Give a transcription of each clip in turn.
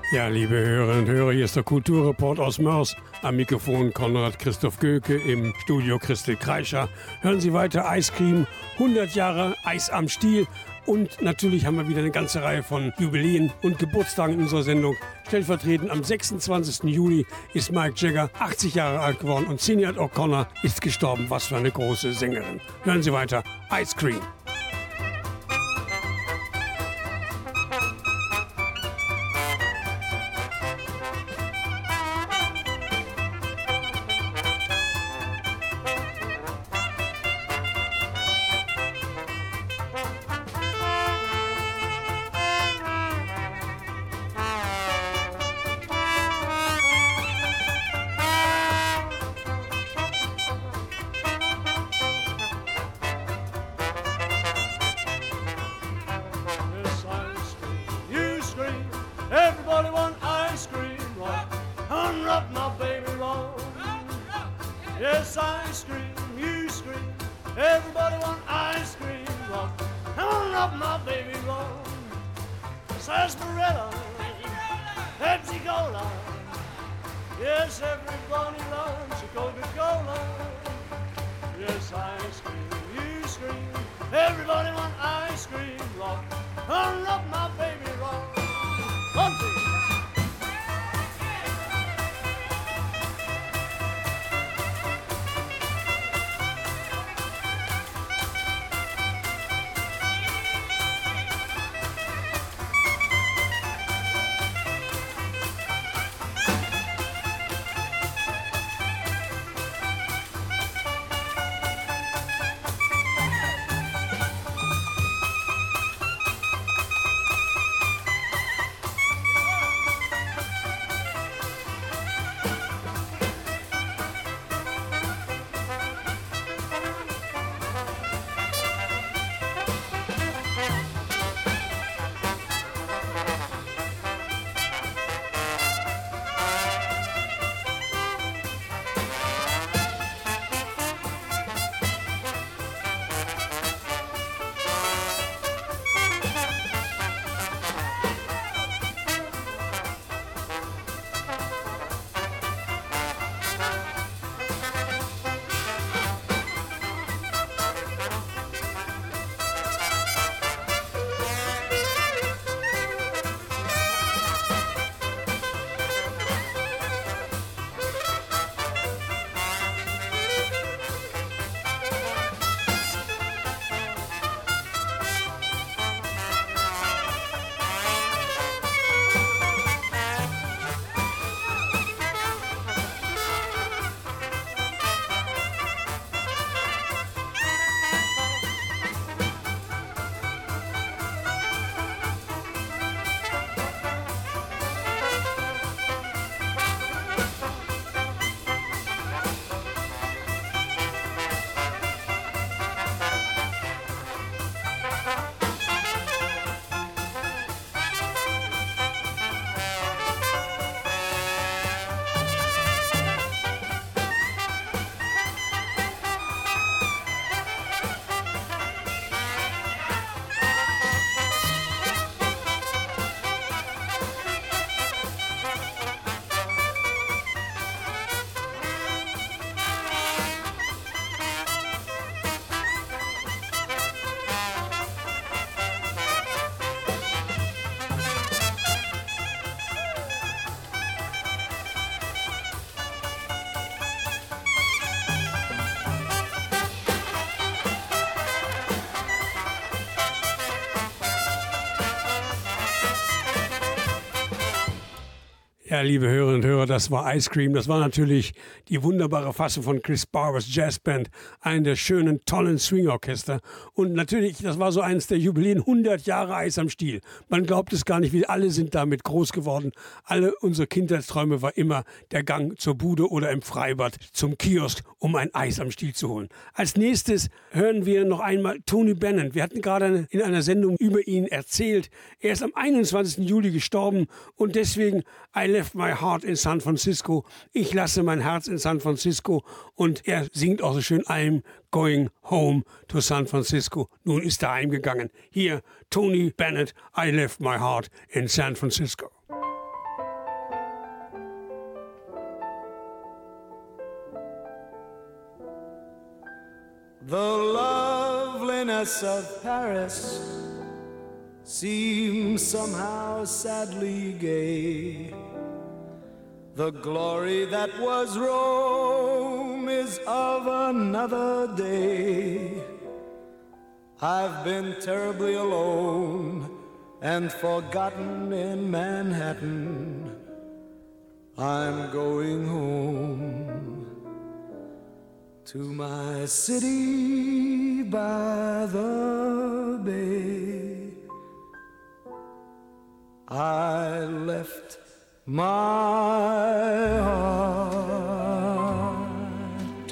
Ja, liebe Hörerinnen und Hörer, hier ist der Kulturreport aus Mörs. Am Mikrofon Konrad Christoph Göke, im Studio Christel Kreischer. Hören Sie weiter Ice Cream, 100 Jahre Eis am Stiel. Und natürlich haben wir wieder eine ganze Reihe von Jubiläen und Geburtstagen in unserer Sendung. Stellvertretend am 26. Juli ist Mick Jagger 80 Jahre alt geworden und Sinéad O'Connor ist gestorben. Was für eine große Sängerin. Hören Sie weiter Ice Cream. Ja, liebe Hörerinnen und Hörer, das war Ice Cream. Das war natürlich die wunderbare Fassung von Chris Barbers Jazzband, einen der schönen, tollen Swing-Orchester. Und natürlich, das war so eines der Jubiläen, 100 Jahre Eis am Stiel. Man glaubt es gar nicht, wie alle sind damit groß geworden. Alle unsere Kindheitsträume war immer der Gang zur Bude oder im Freibad zum Kiosk, um ein Eis am Stiel zu holen. Als nächstes hören wir noch einmal Tony Bennett. Wir hatten gerade in einer Sendung über ihn erzählt. Er ist am 21. Juli gestorben und deswegen I left my heart in San Francisco. Ich lasse mein Herz in San Francisco. Und er singt auch so schön I'm going home to San Francisco. Nun ist er heimgegangen. Hier Tony Bennett, I left my heart in San Francisco. The loveliness of Paris seems somehow sadly gay. The glory that was Rome is of another day. I've been terribly alone and forgotten in Manhattan. I'm going home to my city by the bay. I left my heart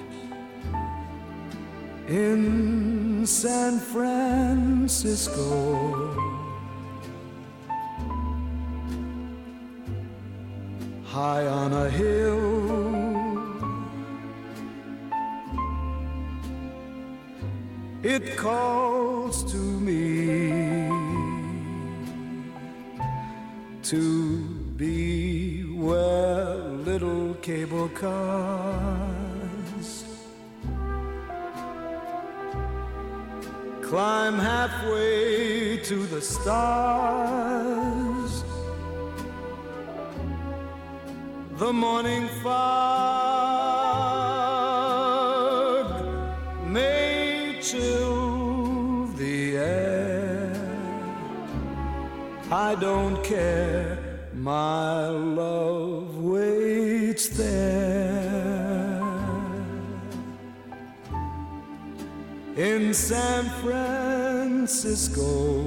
in San Francisco. High on a hill, it calls to me to be where little cable cars climb halfway to the stars. The morning fog may chill the air. I don't care, my love waits there in San Francisco.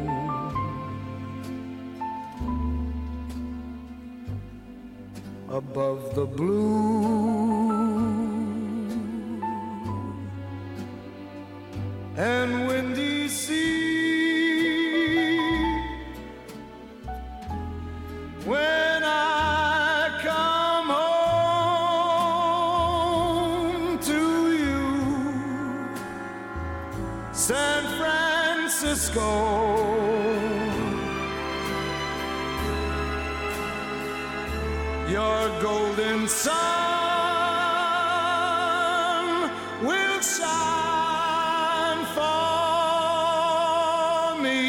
Above the blue and windy sea, when I come home to you, San Francisco. Your golden sun will shine for me.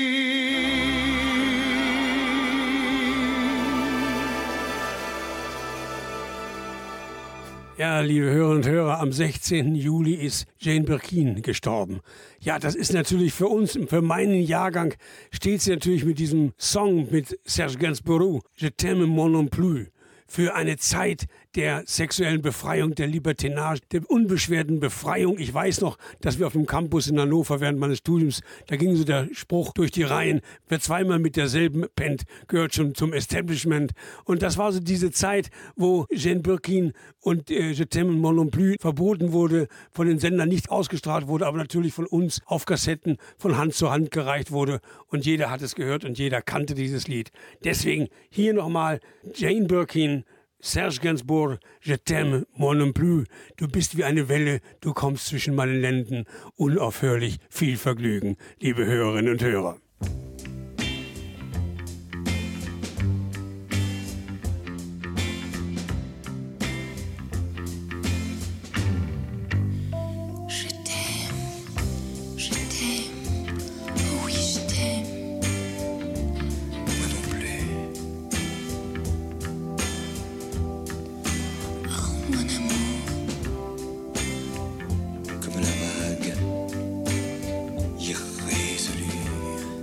Ja, liebe Hörerinnen und Hörer, am 16. Juli ist Jane Birkin gestorben. Ja, das ist natürlich für uns, für meinen Jahrgang, steht sie natürlich mit diesem Song mit Serge Gainsbourg, Je t'aime moi non plus, für eine Zeit der sexuellen Befreiung, der Libertinage, der unbeschwerten Befreiung. Ich weiß noch, dass wir auf dem Campus in Hannover während meines Studiums, da ging so der Spruch durch die Reihen, wer zweimal mit derselben pennt, gehört schon zum Establishment. Und das war so diese Zeit, wo Jane Birkin und Je t'aime moi non plus verboten wurde, von den Sendern nicht ausgestrahlt wurde, aber natürlich von uns auf Kassetten von Hand zu Hand gereicht wurde. Und jeder hat es gehört und jeder kannte dieses Lied. Deswegen hier nochmal Jane Birkin, Serge Gainsbourg, Je t'aime moi non plus. Du bist wie eine Welle, du kommst zwischen meinen Lenden. Unaufhörlich viel Vergnügen, liebe Hörerinnen und Hörer. Irrésolu.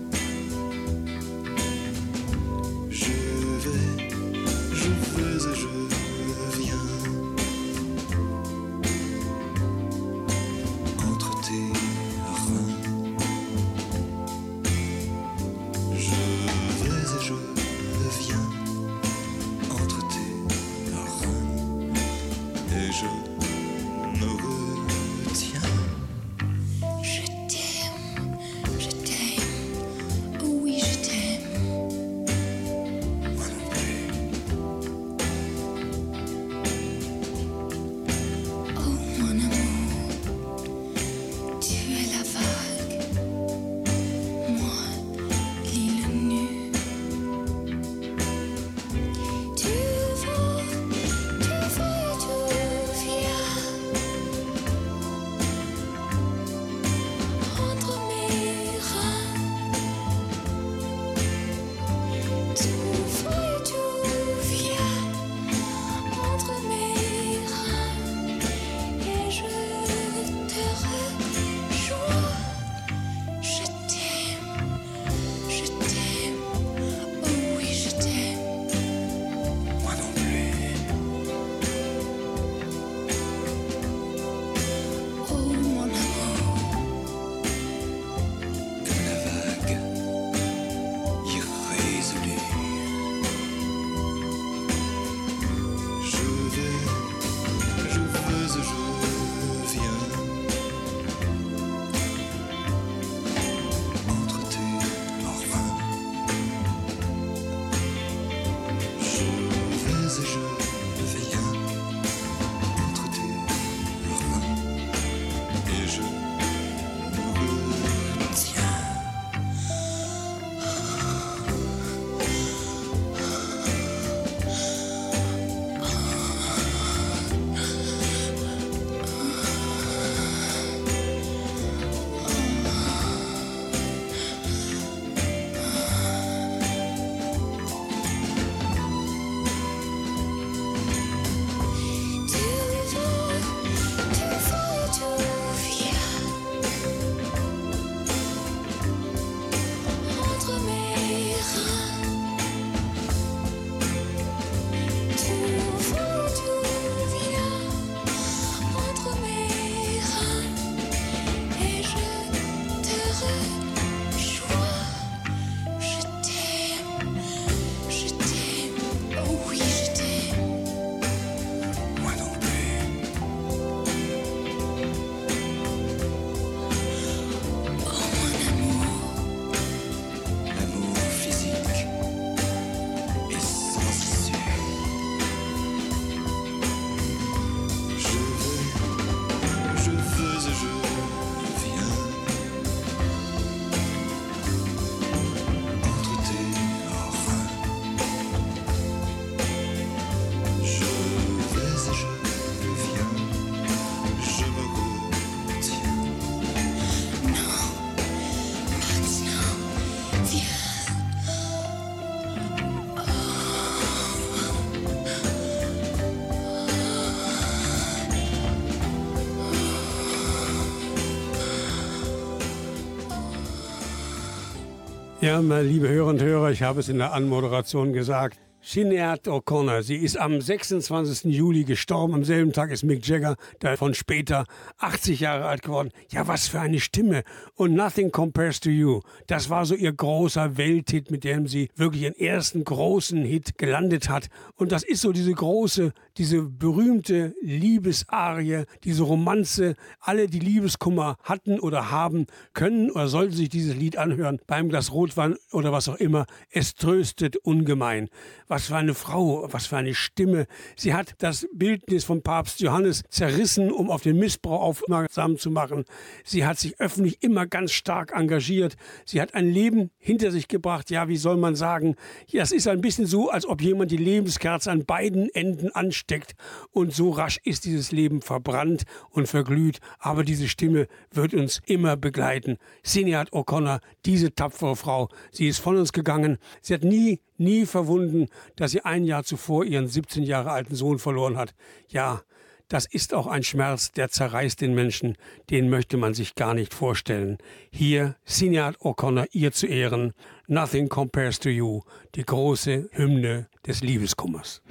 Ja, meine liebe Hörerinnen und Hörer, ich habe es in der Anmoderation gesagt. Sinéad O'Connor, sie ist am 26. Juli gestorben. Am selben Tag ist Mick Jagger, davon später 80 Jahre alt geworden. Ja, was für eine Stimme. Und Nothing Compares to You, das war so ihr großer Welthit, mit dem sie wirklich ihren ersten großen Hit gelandet hat. Und das ist so diese große, diese berühmte Liebesarie, diese Romanze. Alle, die Liebeskummer hatten oder haben, können oder sollten sich dieses Lied anhören. Beim Glas Rotwein oder was auch immer. Es tröstet ungemein. Was für eine Frau, was für eine Stimme. Sie hat das Bildnis von Papst Johannes zerrissen, um auf den Missbrauch aufmerksam zu machen. Sie hat sich öffentlich immer ganz stark engagiert. Sie hat ein Leben hinter sich gebracht. Ja, wie soll man sagen? Ja, es ist ein bisschen so, als ob jemand die Lebenskerze an beiden Enden ansteckt. Und so rasch ist dieses Leben verbrannt und verglüht. Aber diese Stimme wird uns immer begleiten. Sinéad O'Connor, diese tapfere Frau, sie ist von uns gegangen. Sie hat nie verwunden, dass sie ein Jahr zuvor ihren 17 Jahre alten Sohn verloren hat. Ja, das ist auch ein Schmerz, der zerreißt den Menschen. Den möchte man sich gar nicht vorstellen. Hier Sinéad O'Connor, ihr zu Ehren. Nothing Compares to You, die große Hymne des Liebeskummers.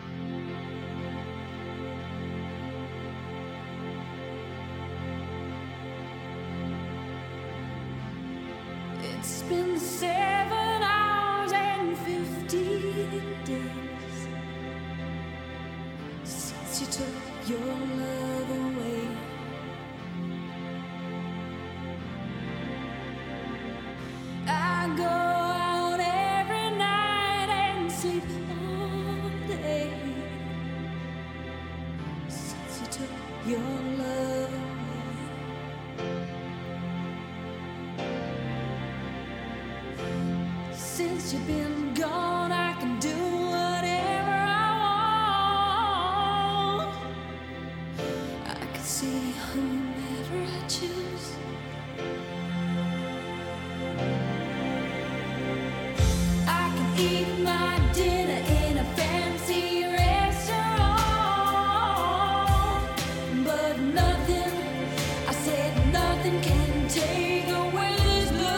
It's been 7 hours and 15 days since you took your love away. I go out every night and sleep all day since you took your love away. Since you've been gone, I can do whatever I want. I can see whomever I choose. I can eat my dinner in a fancy restaurant, but nothing, I said nothing can take away this blues.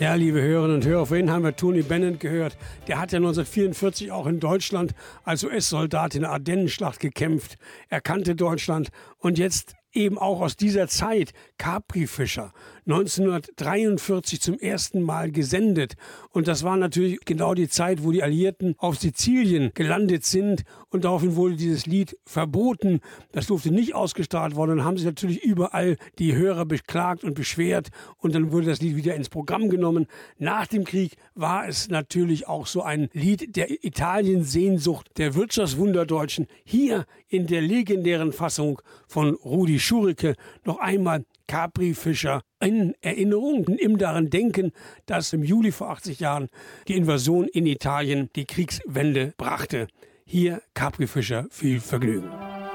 Ja, liebe Hörerinnen und Hörer, vorhin haben wir Tony Bennett gehört. Der hat ja 1944 auch in Deutschland als US-Soldat in der Ardennenschlacht gekämpft. Er kannte Deutschland und jetzt eben auch aus dieser Zeit Capri-Fischer. 1943 zum ersten Mal gesendet. Und das war natürlich genau die Zeit, wo die Alliierten auf Sizilien gelandet sind. Und daraufhin wurde dieses Lied verboten. Das durfte nicht ausgestrahlt werden. Dann haben sich natürlich überall die Hörer beklagt und beschwert. Und dann wurde das Lied wieder ins Programm genommen. Nach dem Krieg war es natürlich auch so ein Lied der Italien-Sehnsucht der Wirtschaftswunderdeutschen. Hier in der legendären Fassung von Rudi Schurike noch einmal Capri-Fischer in Erinnerung, im daran denken, dass im Juli vor 80 Jahren die Invasion in Italien die Kriegswende brachte. Hier Capri-Fischer, viel Vergnügen.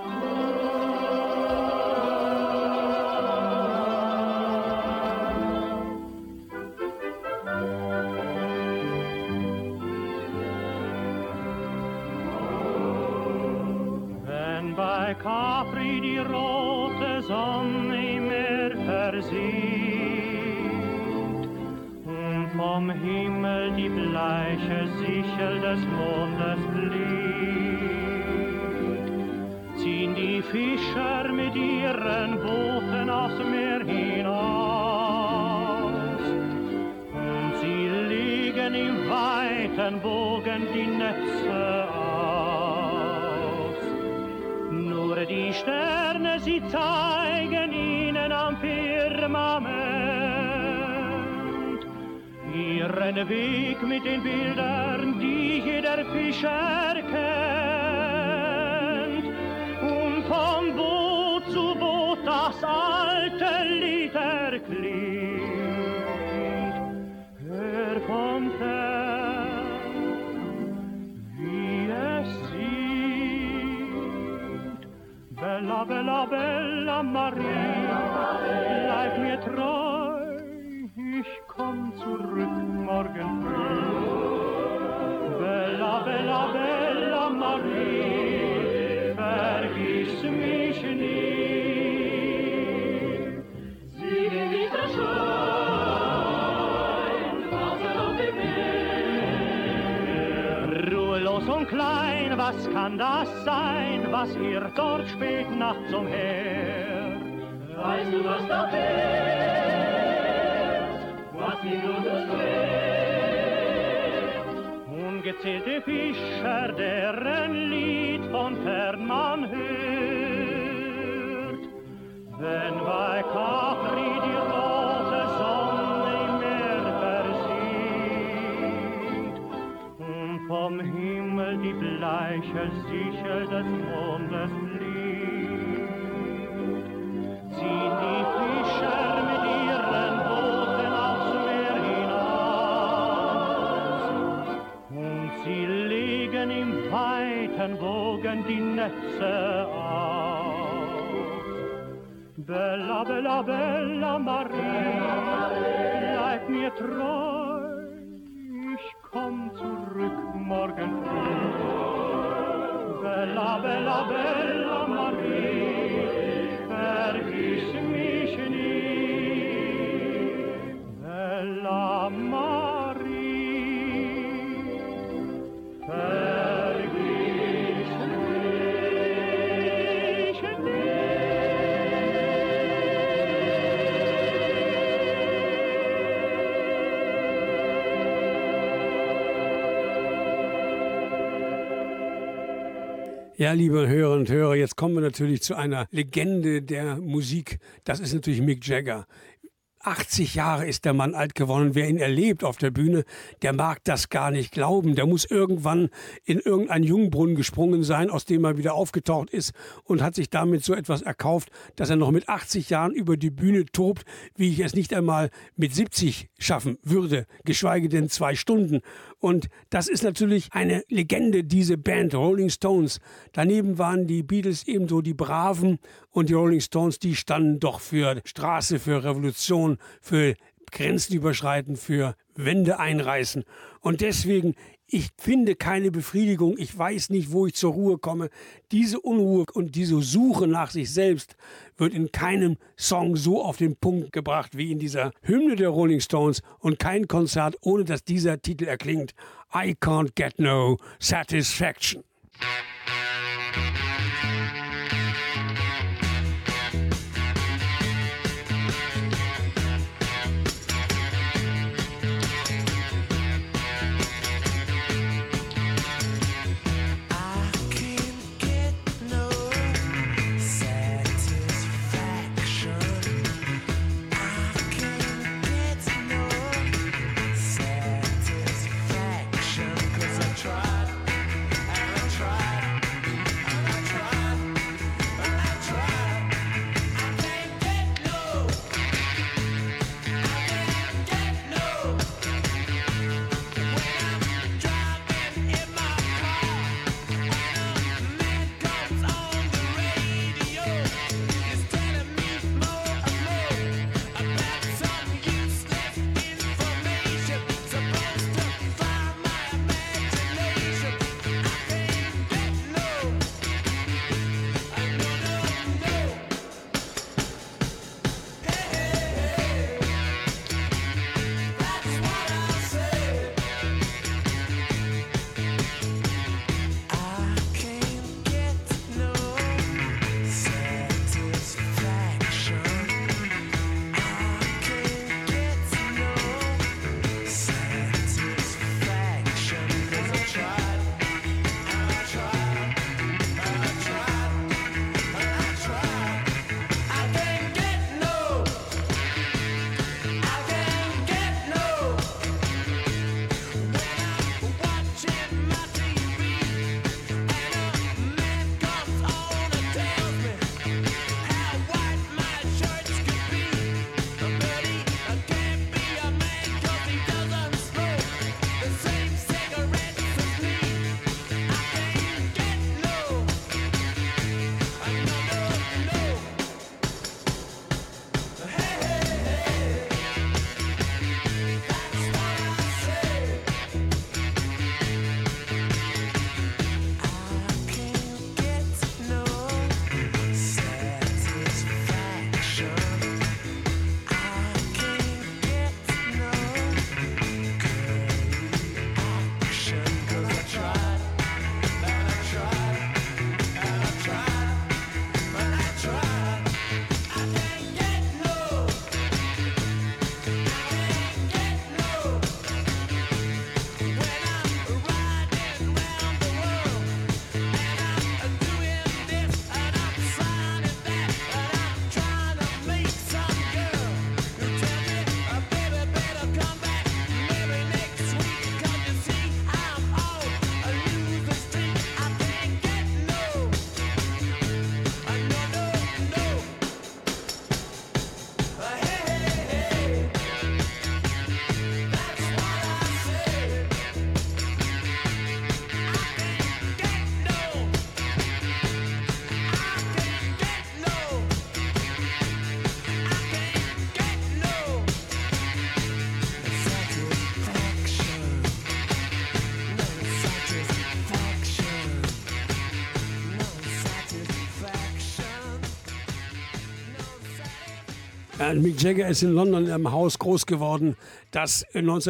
Wenn bei Capri die rote Sonne im Meer versiegt und vom Himmel die bleiche Sichel des Mondes blickt, ziehen die Fischer mit ihren Booten aufs Meer hinaus und sie legen im weiten Bogen die Netze aus. Nur die Sterne, sie zeigen ihnen am Firmament ihren Weg mit den Bildern, die jeder Fischer kennt. Und von Boot zu Boot das alte Lied erklingt. Hör von fern, wie es singt. Bella, bella, bella Maria, bleib mir treu, ich komm zurück morgen früh. Bella, bella, bella Maria, vergiss mich nie. Siege wieder schön, Wasser auf dem Meer. Ruhelos und klein, was kann das sein, was ihr dort spät nachts umher? Weißt du, was da fährt, was mir nur durchquert? Ungezählte Fischer, deren Lied von fern man hört. Wenn bei Capri die rote Sonne im Meer versinkt und vom Himmel die bleiche Sichel des Mondes liegt, ziehen die Fischer mit ihren Booten aufs Meer hinaus und sie legen im weiten Bogen die Netze aus. Bella, bella, bella Maria, bleib mir treu, ich komm zurück morgen früh. Bella, bella, bella Maria, vergiss mich nie. Bella Maria, vergiss mich nie. Ja, liebe Hörerinnen und Hörer, jetzt kommen wir natürlich zu einer Legende der Musik. Das ist natürlich Mick Jagger. 80 Jahre ist der Mann alt geworden. Wer ihn erlebt auf der Bühne, der mag das gar nicht glauben. Der muss irgendwann in irgendeinen Jungbrunnen gesprungen sein, aus dem er wieder aufgetaucht ist und hat sich damit so etwas erkauft, dass er noch mit 80 Jahren über die Bühne tobt, wie ich es nicht einmal mit 70 schaffen würde, geschweige denn 2 Stunden. Und das ist natürlich eine Legende, diese Band, Rolling Stones. Daneben waren die Beatles ebenso die Braven und die Rolling Stones, die standen doch für Straße, für Revolution, für Grenzen überschreiten, für Wände einreißen. Und deswegen Ich finde keine Befriedigung, ich weiß nicht, wo ich zur Ruhe komme. Diese Unruhe und diese Suche nach sich selbst wird in keinem Song so auf den Punkt gebracht wie in dieser Hymne der Rolling Stones und kein Konzert, ohne dass dieser Titel erklingt. I can't get no satisfaction. Mick Jagger ist in London in einem Haus groß geworden, das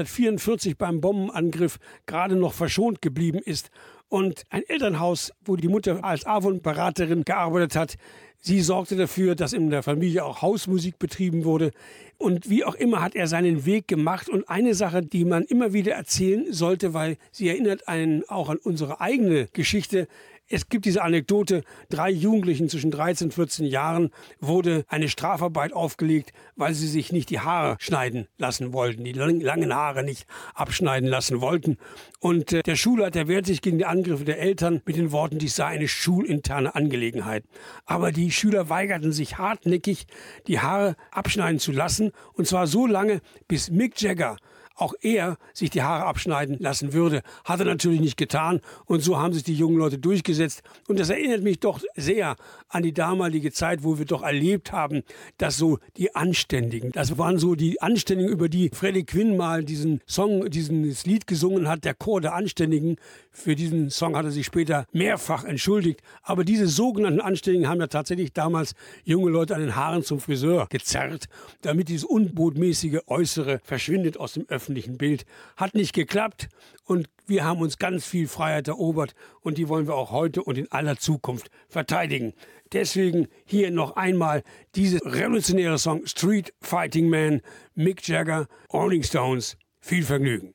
1944 beim Bombenangriff gerade noch verschont geblieben ist. Und ein Elternhaus, wo die Mutter als Avon-Beraterin gearbeitet hat, sie sorgte dafür, dass in der Familie auch Hausmusik betrieben wurde. Und wie auch immer hat er seinen Weg gemacht. Und eine Sache, die man immer wieder erzählen sollte, weil sie erinnert einen auch an unsere eigene Geschichte. Es gibt diese Anekdote, 3 Jugendlichen zwischen 13 und 14 Jahren wurde eine Strafarbeit aufgelegt, weil sie sich nicht die Haare schneiden lassen wollten, die langen Haare nicht abschneiden lassen wollten. Und der Schulleiter wehrt sich gegen die Angriffe der Eltern mit den Worten, dies sei eine schulinterne Angelegenheit. Aber die Schüler weigerten sich hartnäckig, die Haare abschneiden zu lassen. Und zwar so lange, bis Mick Jagger auch er sich die Haare abschneiden lassen würde. Hat er natürlich nicht getan und so haben sich die jungen Leute durchgesetzt. Und das erinnert mich doch sehr an die damalige Zeit, wo wir doch erlebt haben, dass so die Anständigen, das waren so die Anständigen, über die Freddie Quinn mal dieses Lied gesungen hat, der Chor der Anständigen. Für diesen Song hat er sich später mehrfach entschuldigt. Aber diese sogenannten Anständigen haben ja tatsächlich damals junge Leute an den Haaren zum Friseur gezerrt, damit dieses unbotmäßige Äußere verschwindet aus dem öffentlichen Bild. Hat nicht geklappt und wir haben uns ganz viel Freiheit erobert und die wollen wir auch heute und in aller Zukunft verteidigen. Deswegen hier noch einmal dieser revolutionäre Song Street Fighting Man, Mick Jagger, Rolling Stones. Viel Vergnügen.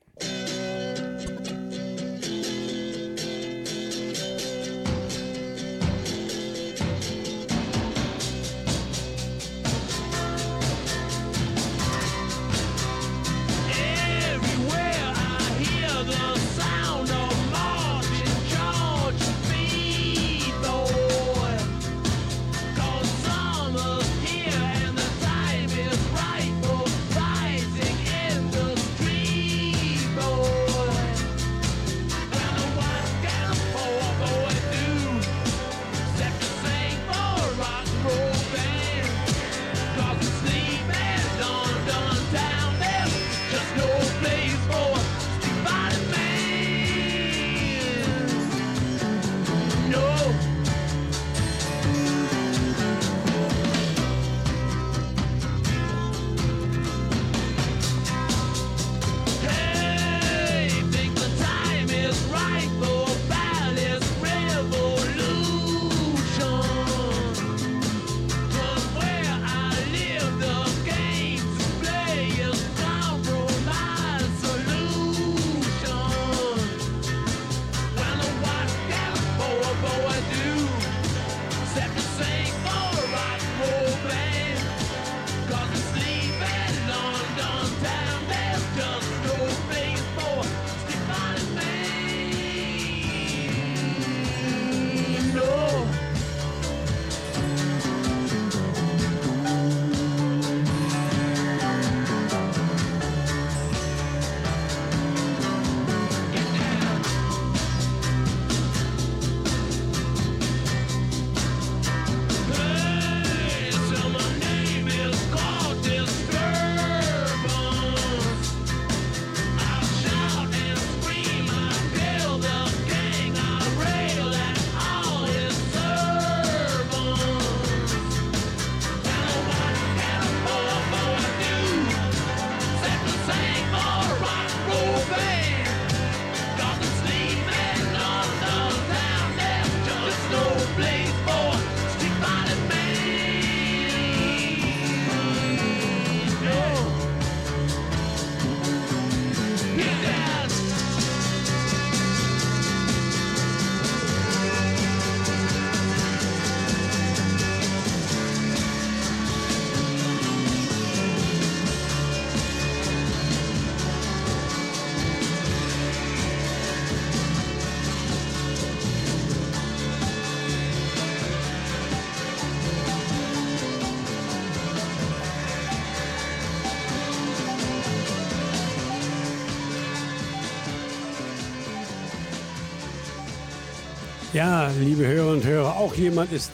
Ja, liebe Hörer und Hörer, auch jemand ist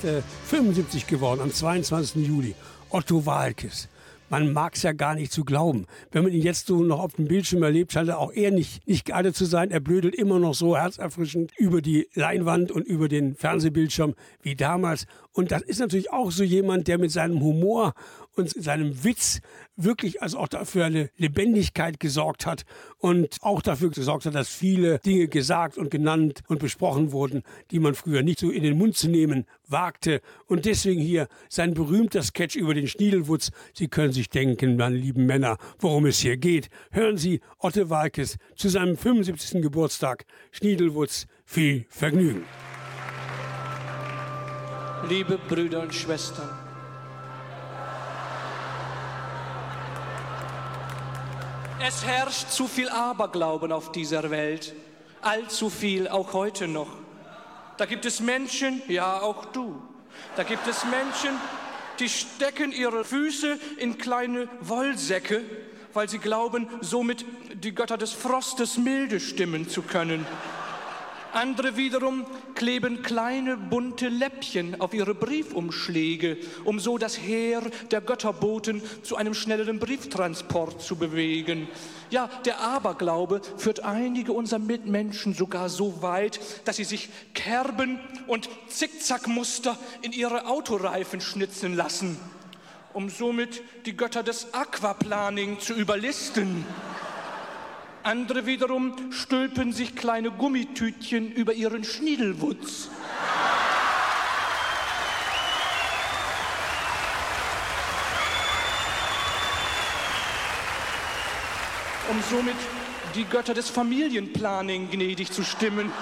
75 geworden am 22. Juli. Otto Waalkes. Man mag es ja gar nicht zu glauben. Wenn man ihn jetzt so noch auf dem Bildschirm erlebt, scheint er auch eher nicht geeignet zu sein. Er blödelt immer noch so herzerfrischend über die Leinwand und über den Fernsehbildschirm wie damals. Und das ist natürlich auch so jemand, der mit seinem Humor und seinem Witz wirklich also auch dafür eine Lebendigkeit gesorgt hat und auch dafür gesorgt hat, dass viele Dinge gesagt und genannt und besprochen wurden, die man früher nicht so in den Mund zu nehmen wagte. Und deswegen hier sein berühmter Sketch über den Schniedelwutz. Sie können sich denken, meine lieben Männer, worum es hier geht. Hören Sie Otto Waalkes zu seinem 75. Geburtstag. Schniedelwutz, viel Vergnügen. Liebe Brüder und Schwestern, es herrscht zu viel Aberglauben auf dieser Welt, allzu viel, auch heute noch. Da gibt es Menschen, ja auch du, da gibt es Menschen, die stecken ihre Füße in kleine Wollsäcke weil sie glauben, somit die Götter des Frostes milde stimmen zu können. Andere wiederum kleben kleine bunte Läppchen auf ihre Briefumschläge, um so das Heer der Götterboten zu einem schnelleren Brieftransport zu bewegen. Ja, der Aberglaube führt einige unserer Mitmenschen sogar so weit, dass sie sich Kerben und Zickzackmuster in ihre Autoreifen schnitzen lassen, um somit die Götter des Aquaplaning zu überlisten. Andere wiederum stülpen sich kleine Gummitütchen über ihren Schniedelwutz. Um somit die Götter des Familienplanning gnädig zu stimmen.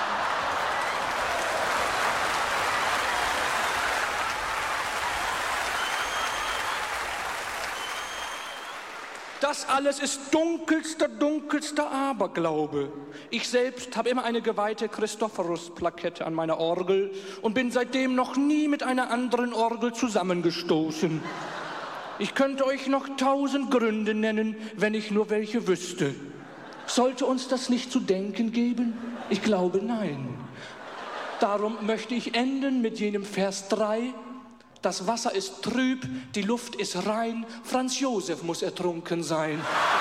Das alles ist dunkelster Aberglaube. Ich selbst habe immer eine geweihte Christophorus-Plakette an meiner Orgel und bin seitdem noch nie mit einer anderen Orgel zusammengestoßen. Ich könnte euch noch 1000 Gründe nennen, wenn ich nur welche wüsste. Sollte uns das nicht zu denken geben? Ich glaube, nein. Darum möchte ich enden mit jenem Vers 3. Das Wasser ist trüb, die Luft ist rein, Franz Josef muss ertrunken sein.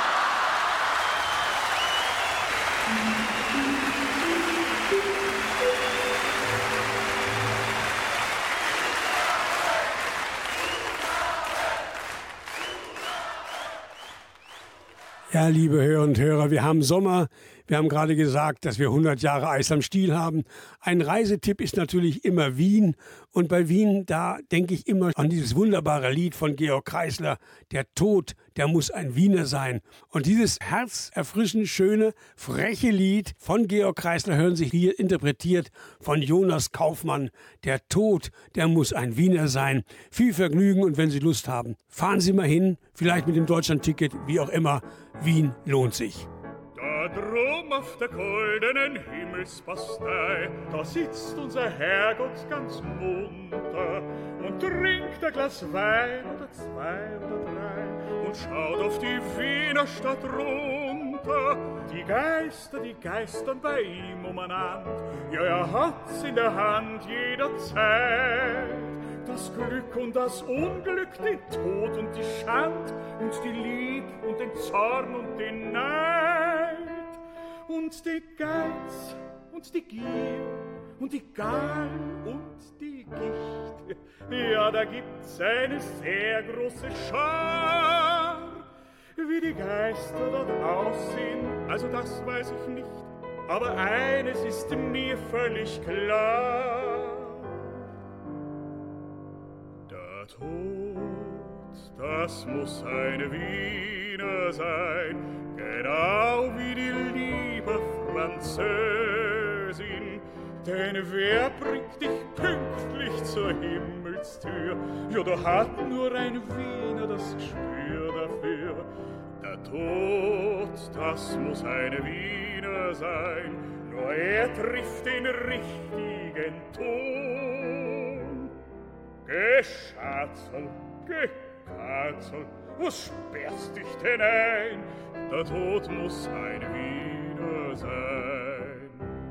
Ja, liebe Hörerinnen und Hörer, wir haben Sommer. Wir haben gerade gesagt, dass wir 100 Jahre Eis am Stiel haben. Ein Reisetipp ist natürlich immer Wien. Und bei Wien, da denke ich immer an dieses wunderbare Lied von Georg Kreisler, Der Tod, der muss ein Wiener sein. Und dieses herzerfrischend schöne, freche Lied von Georg Kreisler hören Sie hier interpretiert von Jonas Kaufmann. Der Tod, der muss ein Wiener sein. Viel Vergnügen und wenn Sie Lust haben, fahren Sie mal hin, vielleicht mit dem Deutschlandticket, wie auch immer. Wien lohnt sich. Da drum auf der goldenen Himmelspastei, da sitzt unser Herrgott ganz munter und trinkt ein Glas Wein oder 2 oder 3 und schaut auf die Wiener Stadt runter. Die geistern bei ihm umeinander, ja, er hat's in der Hand jederzeit. Das Glück und das Unglück, den Tod und die Schand und die Lieb und den Zorn und den Neid und die Geiz und die Gier und die Gal und die Gicht. Ja, da gibt's eine sehr große Schar. Wie die Geister dort aussehen, also das weiß ich nicht, aber eines ist mir völlig klar. Der Tod, das muss eine Wiener sein, genau wie die liebe Französin. Denn wer bringt dich pünktlich zur Himmelstür? Ja, da hat nur ein Wiener das Gespür dafür. Der Tod, das muss eine Wiener sein, nur er trifft den richtigen Ton. Geschatzel, Gekatzel, was sperrst dich denn ein? Der Tod muss ein Wiener sein.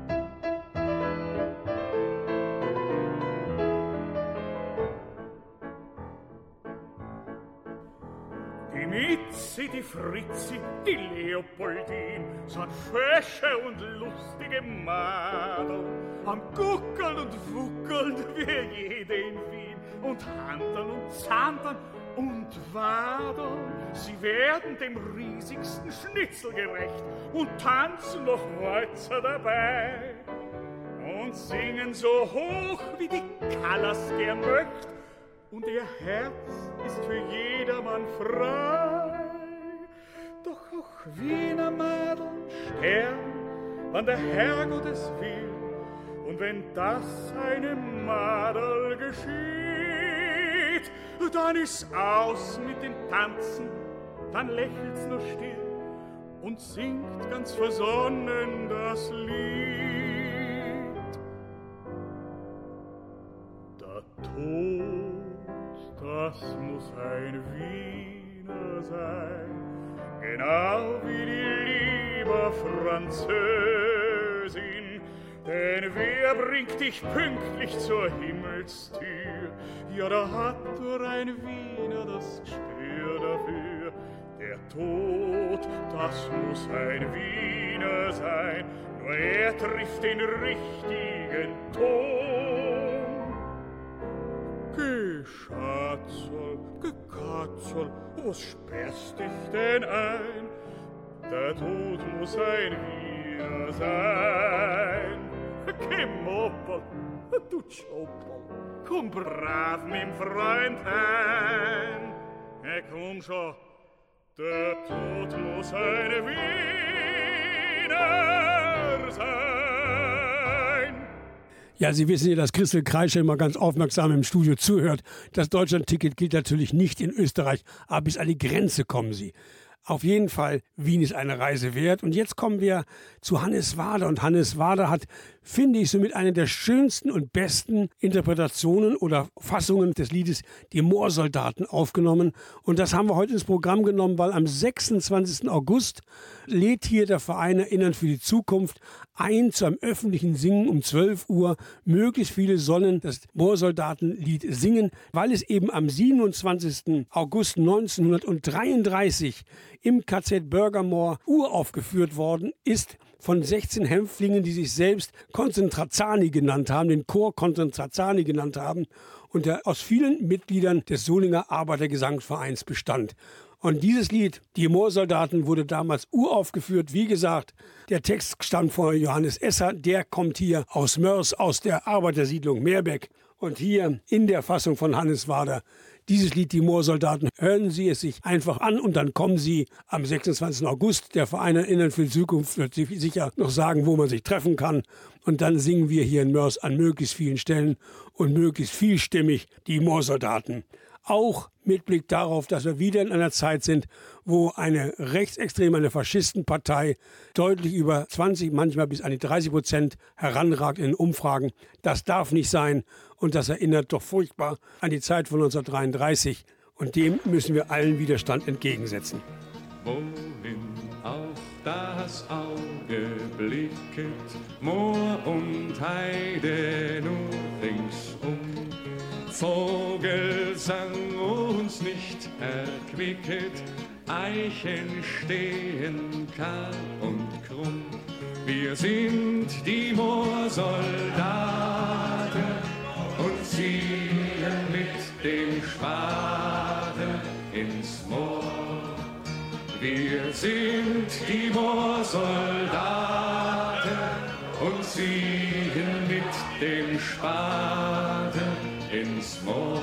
Die Mitzi, die Fritzi, die Leopoldin sind fesche und lustige Madel, am Guckeln und Wuckeln wie jede in Wien und Handern und Zandern und Wadeln. Sie werden dem riesigsten Schnitzel gerecht und tanzen noch Walzer dabei und singen so hoch, wie die Kallas gern möcht. Und ihr Herz ist für jedermann frei. Doch auch Wiener Madeln sterben, wann der Herrgott es will. Und wenn das einem Madel geschieht, dann ist's aus mit dem Tanzen, dann lächelt's nur still und singt ganz versonnen das Lied. Der Tod, das muss ein Wiener sein, genau wie die liebe Französin. Denn wer bringt dich pünktlich zur Himmelstür? Ja, da hat nur ein Wiener das Gespür dafür. Der Tod, das muss ein Wiener sein, nur er trifft den richtigen Ton. Geh, Schatzel, Gekatzel, was sperrst dich denn ein? Der Tod muss ein Wiener sein. Geh, Moppel, du Schoppel, komm brav mit'm Freund ein. Komm schon, der Tod muss ein Wiener sein. Ja, Sie wissen ja, dass Christel Kreischer immer ganz aufmerksam im Studio zuhört. Das Deutschland-Ticket gilt natürlich nicht in Österreich, aber bis an die Grenze kommen Sie. Auf jeden Fall, Wien ist eine Reise wert. Und jetzt kommen wir zu Hannes Wader. Und Hannes Wader hat, finde ich, somit eine der schönsten und besten Interpretationen oder Fassungen des Liedes Die Moorsoldaten aufgenommen. Und das haben wir heute ins Programm genommen, weil am 26. August lädt hier der Verein Erinnern für die Zukunft ein zu einem öffentlichen Singen um 12 Uhr. Möglichst viele sollen das Moorsoldatenlied singen, weil es eben am 27. August 1933 im KZ Börgermoor uraufgeführt worden ist von 16 Häftlingen, die sich selbst Konzentrazani genannt haben, den Chor Konzentrazani genannt haben und der aus vielen Mitgliedern des Solinger Arbeitergesangsvereins bestand. Und dieses Lied, Die Moorsoldaten, wurde damals uraufgeführt. Wie gesagt, der Text stammt von Johannes Esser, der kommt hier aus Mörs, aus der Arbeitersiedlung Meerbeck. Und hier in der Fassung von Hannes Wader, dieses Lied, Die Moorsoldaten, hören Sie es sich einfach an und dann kommen Sie am 26. August. Der Verein Erinnern für die Zukunft wird sicher noch sagen, wo man sich treffen kann. Und dann singen wir hier in Mörs an möglichst vielen Stellen und möglichst vielstimmig Die Moorsoldaten. Auch mit Blick darauf, dass wir wieder in einer Zeit sind, wo eine rechtsextreme, eine Faschistenpartei deutlich über 20, manchmal bis an die 30% heranragt in den Umfragen. Das darf nicht sein und das erinnert doch furchtbar an die Zeit von 1933 und dem müssen wir allen Widerstand entgegensetzen. Wohin auch das Auge blicket, Moor und Heide nur ringsum, Vogelsang uns nicht erquicket, Eichen stehen kahl und krumm. Wir sind die Moorsoldaten und ziehen mit dem Spaten ins Moor. Wir sind die Moorsoldaten und ziehen mit dem Spaten ins Moor.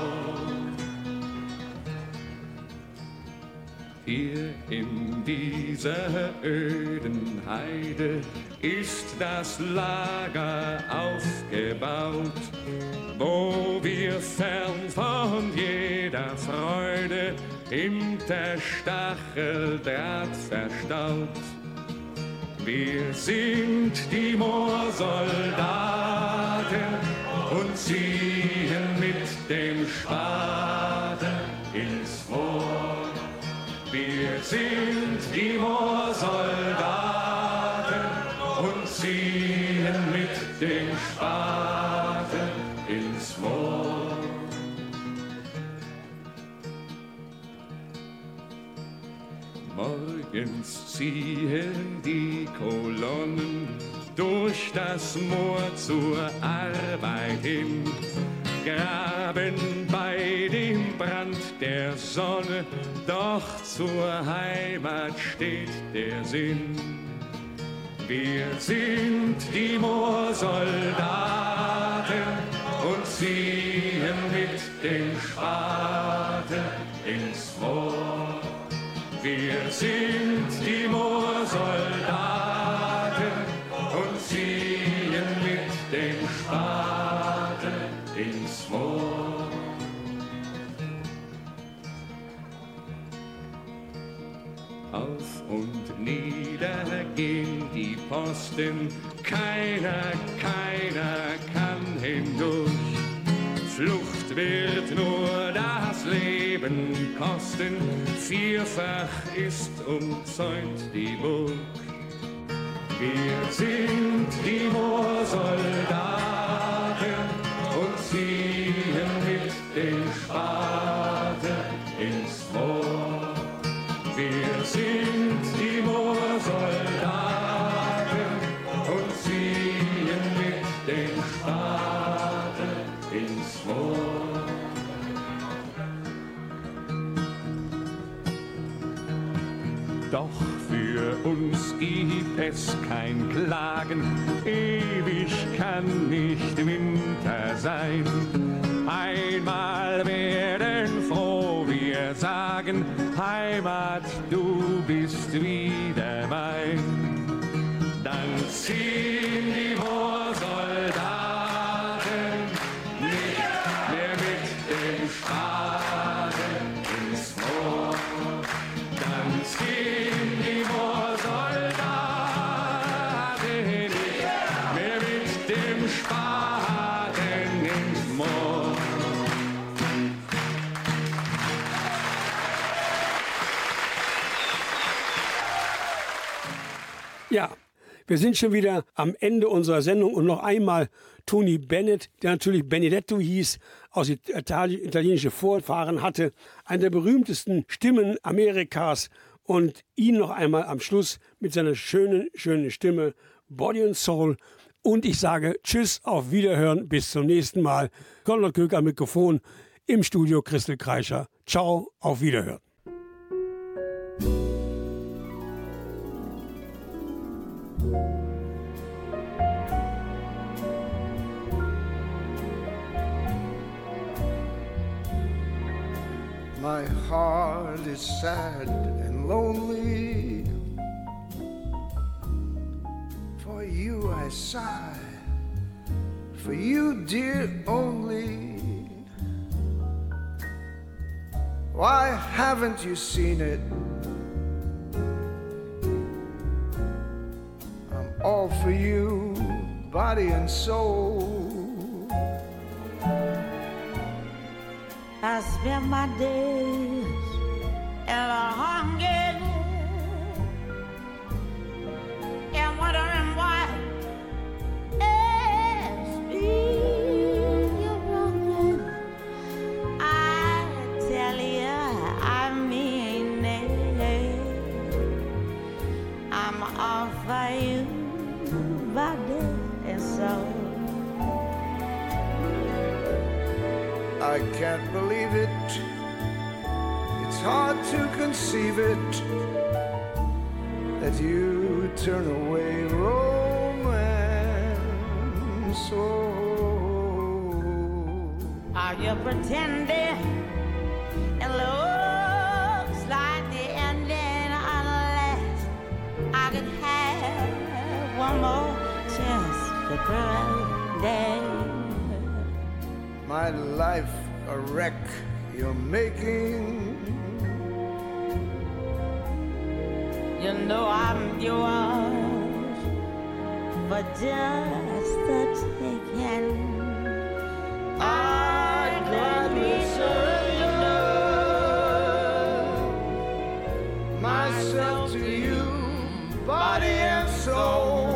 Hier in dieser öden Heide ist das Lager aufgebaut, wo wir fern von jeder Freude hinter Stacheldraht verstaut. Wir sind die Moorsoldaten und ziehen mit dem Spaten ins Moor. Wir sind die Moorsoldaten und ziehen mit dem Spaten ins Moor. Morgens ziehen die Kolonnen durch das Moor zur Arbeit hin, graben bei dem Brand der Sonne, doch zur Heimat steht der Sinn. Wir sind die Moorsoldaten und ziehen mit dem Spaten ins Moor. Wir sind die Moorsoldaten und ziehen mit dem Spaten ins Moor. Auf und nieder gehen die Posten, keiner kann hindurch. Flucht wird nur das Leben Leben kosten, vierfach ist umzäunt die Burg. Wir sind die Moorsoldaten und ziehen mit den Spaten ins Moor. Wir sind die Moorsoldaten und ziehen mit den Spaten ins Moor. Doch für uns gibt es kein Klagen, ewig kann nicht Winter sein. Einmal werden froh wir sagen, Heimat, du bist wieder mein. Dann ziehen die Moorsoldaten nicht mehr mit dem Spaten ins Moor. Dann ziehen die Moorsoldaten nicht mehr mit dem Spaten ins Moor. Ja, wir sind schon wieder am Ende unserer Sendung und noch einmal Tony Bennett, der natürlich Benedetto hieß, aus italienische Vorfahren hatte, eine der berühmtesten Stimmen Amerikas, und ihn noch einmal am Schluss mit seiner schönen Stimme, Body and Soul. Und ich sage Tschüss, auf Wiederhören, bis zum nächsten Mal. Konrad Köck am Mikrofon, im Studio Christel Kreischer. Ciao, auf Wiederhören. My heart is sad and lonely. For you I sigh, for you, dear, only. Why haven't you seen it? I'm all for you, body and soul. I spend my days in a hunger and wondering why it's you're wrong. I tell you, I mean it. I'm all for you, body and soul. I can't believe it. It's hard to conceive it that you turn away romance. Oh. Are you pretending? It looks like the ending unless I could have one more chance to pretend. My life a wreck you're making. You know I'm yours for just the taking. I'd gladly surrender myself to you, body and soul.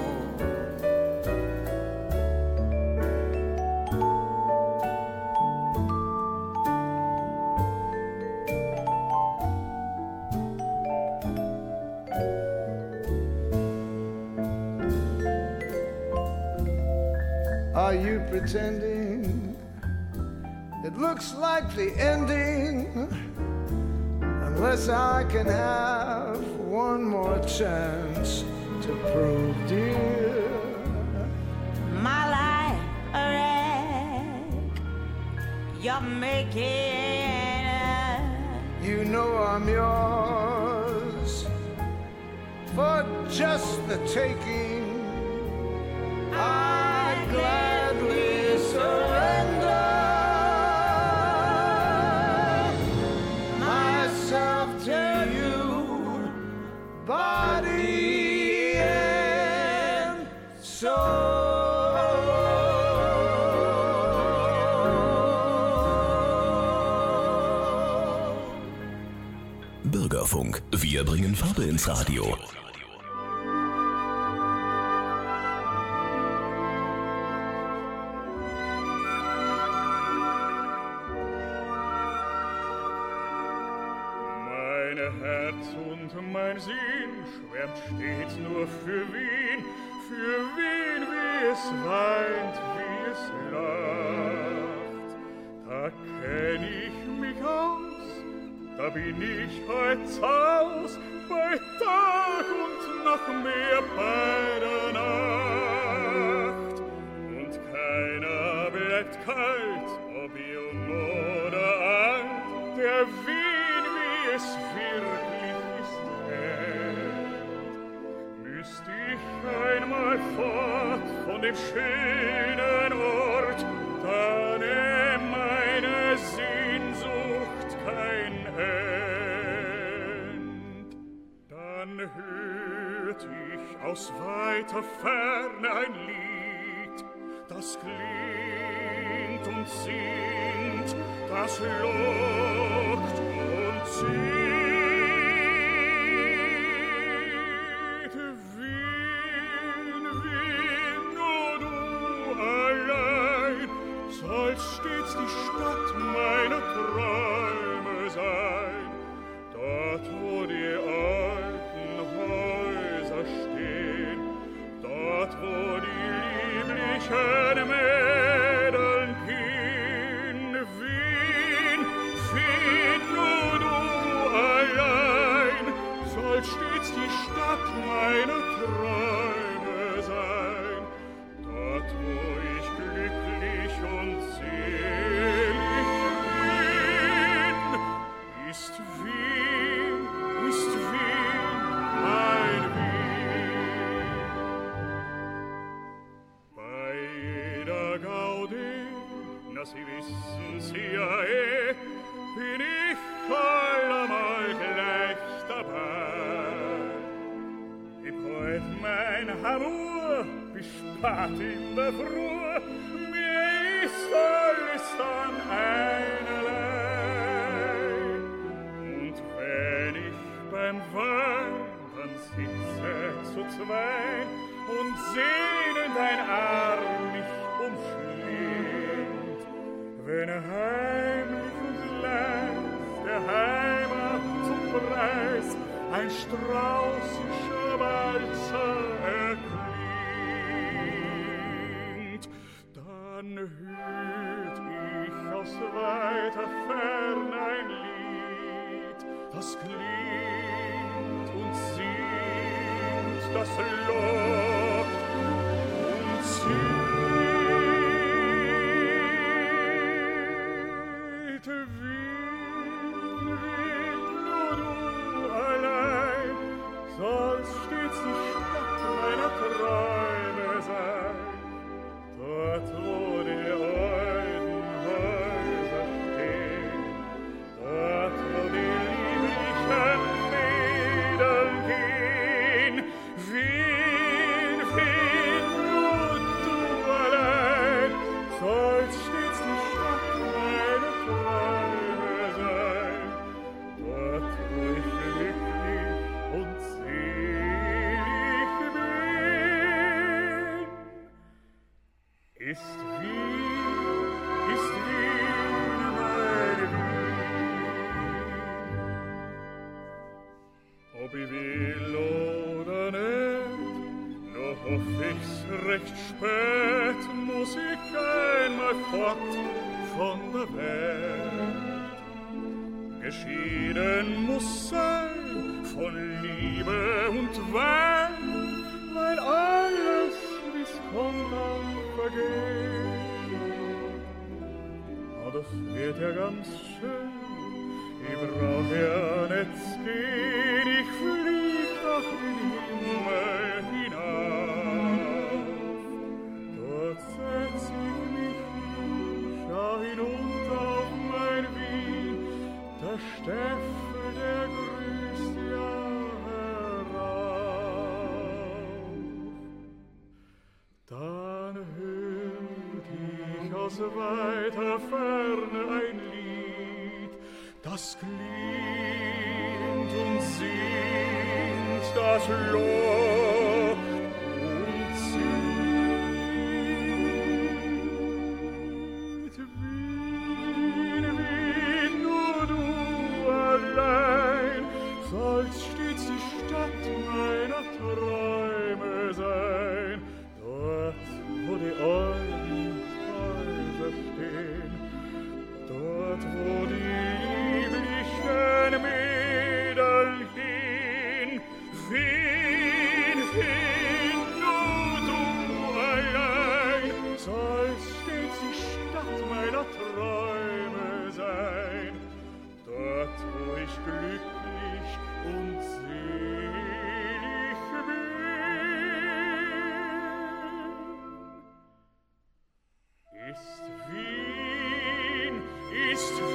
Are you pretending? It looks like the ending, unless I can have one more chance to prove, dear, my life a wreck you're making. you know I'm yours for just the taking. I'd gladly surrender myself to you, body and soul. Hörfunk. Wir bringen Farbe ins Radio. Mein Herz und mein Sinn schwärmt stets nur für Wien, wie es weint, wie es lacht. Da kenn ich mich aus, da bin ich heut Haus, bei Tag und noch mehr bei der Nacht. Und keiner bleibt kalt, ob jung oder alt, der Wien, wie es wirklich ist, hält. Müsst ich einmal fort von dem schönen Ort, dann meine Sehnsucht kein End. Dann hört ich aus weiter Ferne ein Lied, das klingt und singt, das lockt und zieht. Wien, Wien, nur du allein sollst stets die Stadt meiner Träume sein. Dort, wo die alten Häuser stehen, dort, wo die lieblichen Mädeln gehen. Wien, Wien, nur du allein sollst stets die Stadt meiner Träume sein. Dort, wo ich glücklich und selig bin, ist Wien, mein Wien. Bei jeder Gaudi, na Sie wissen's ja bin ich allemal gleich dabei. Ich heut mein Amour bespart in der Früh, mir ist alles dann einerlei. Und wenn ich beim Wandern sitze zu zweit und sehnend ein Arm mich umschlingt, wenn heimlich und leis der Heimat zum Preis ein straußischer Walzer erklingt, dann hört ich aus weiter Ferne ein Lied, das klingt und singt, das lockt und zieht. Wien, Wien, nur du allein sollst stets die Stadt meiner Träume sein. Dort, wo die alten Häuser stehen, dort, wo die lieblichen Mädeln gehen. Wien, Wien, nur du allein sollst stets die Stadt meiner Träume sein. Dort, wo ich glücklich und selig bin, ist Wien, mein Wien. Ob ich will oder nicht, noch hoff ich's recht spät, muss ich einmal fort von der Welt. Geschieden muss sein von Liebe und Wein, weil alles, wie's kommt, auch vergeht. Oh, das wird ja ganz schön, ich brauch ja nicht gehen, ich flieg doch in den Himmel hinauf. Dort setz ich mich hin, schau hinunter auf mein Wien, der Steffel, der grüßt ja herauf. Dann hört ich aus weiter Ferne ein Lied, das klingt und singt das Lob und singt wie nur du allein sollst stets die Stadt meiner Träume sein, dort wo die alten Häuser stehen, dort wo die lieblichen Mädel hin, wen nur du allein sollst stets die Stadt meiner Träume sein, dort wo ich glücklich und selig bin. Ist Wien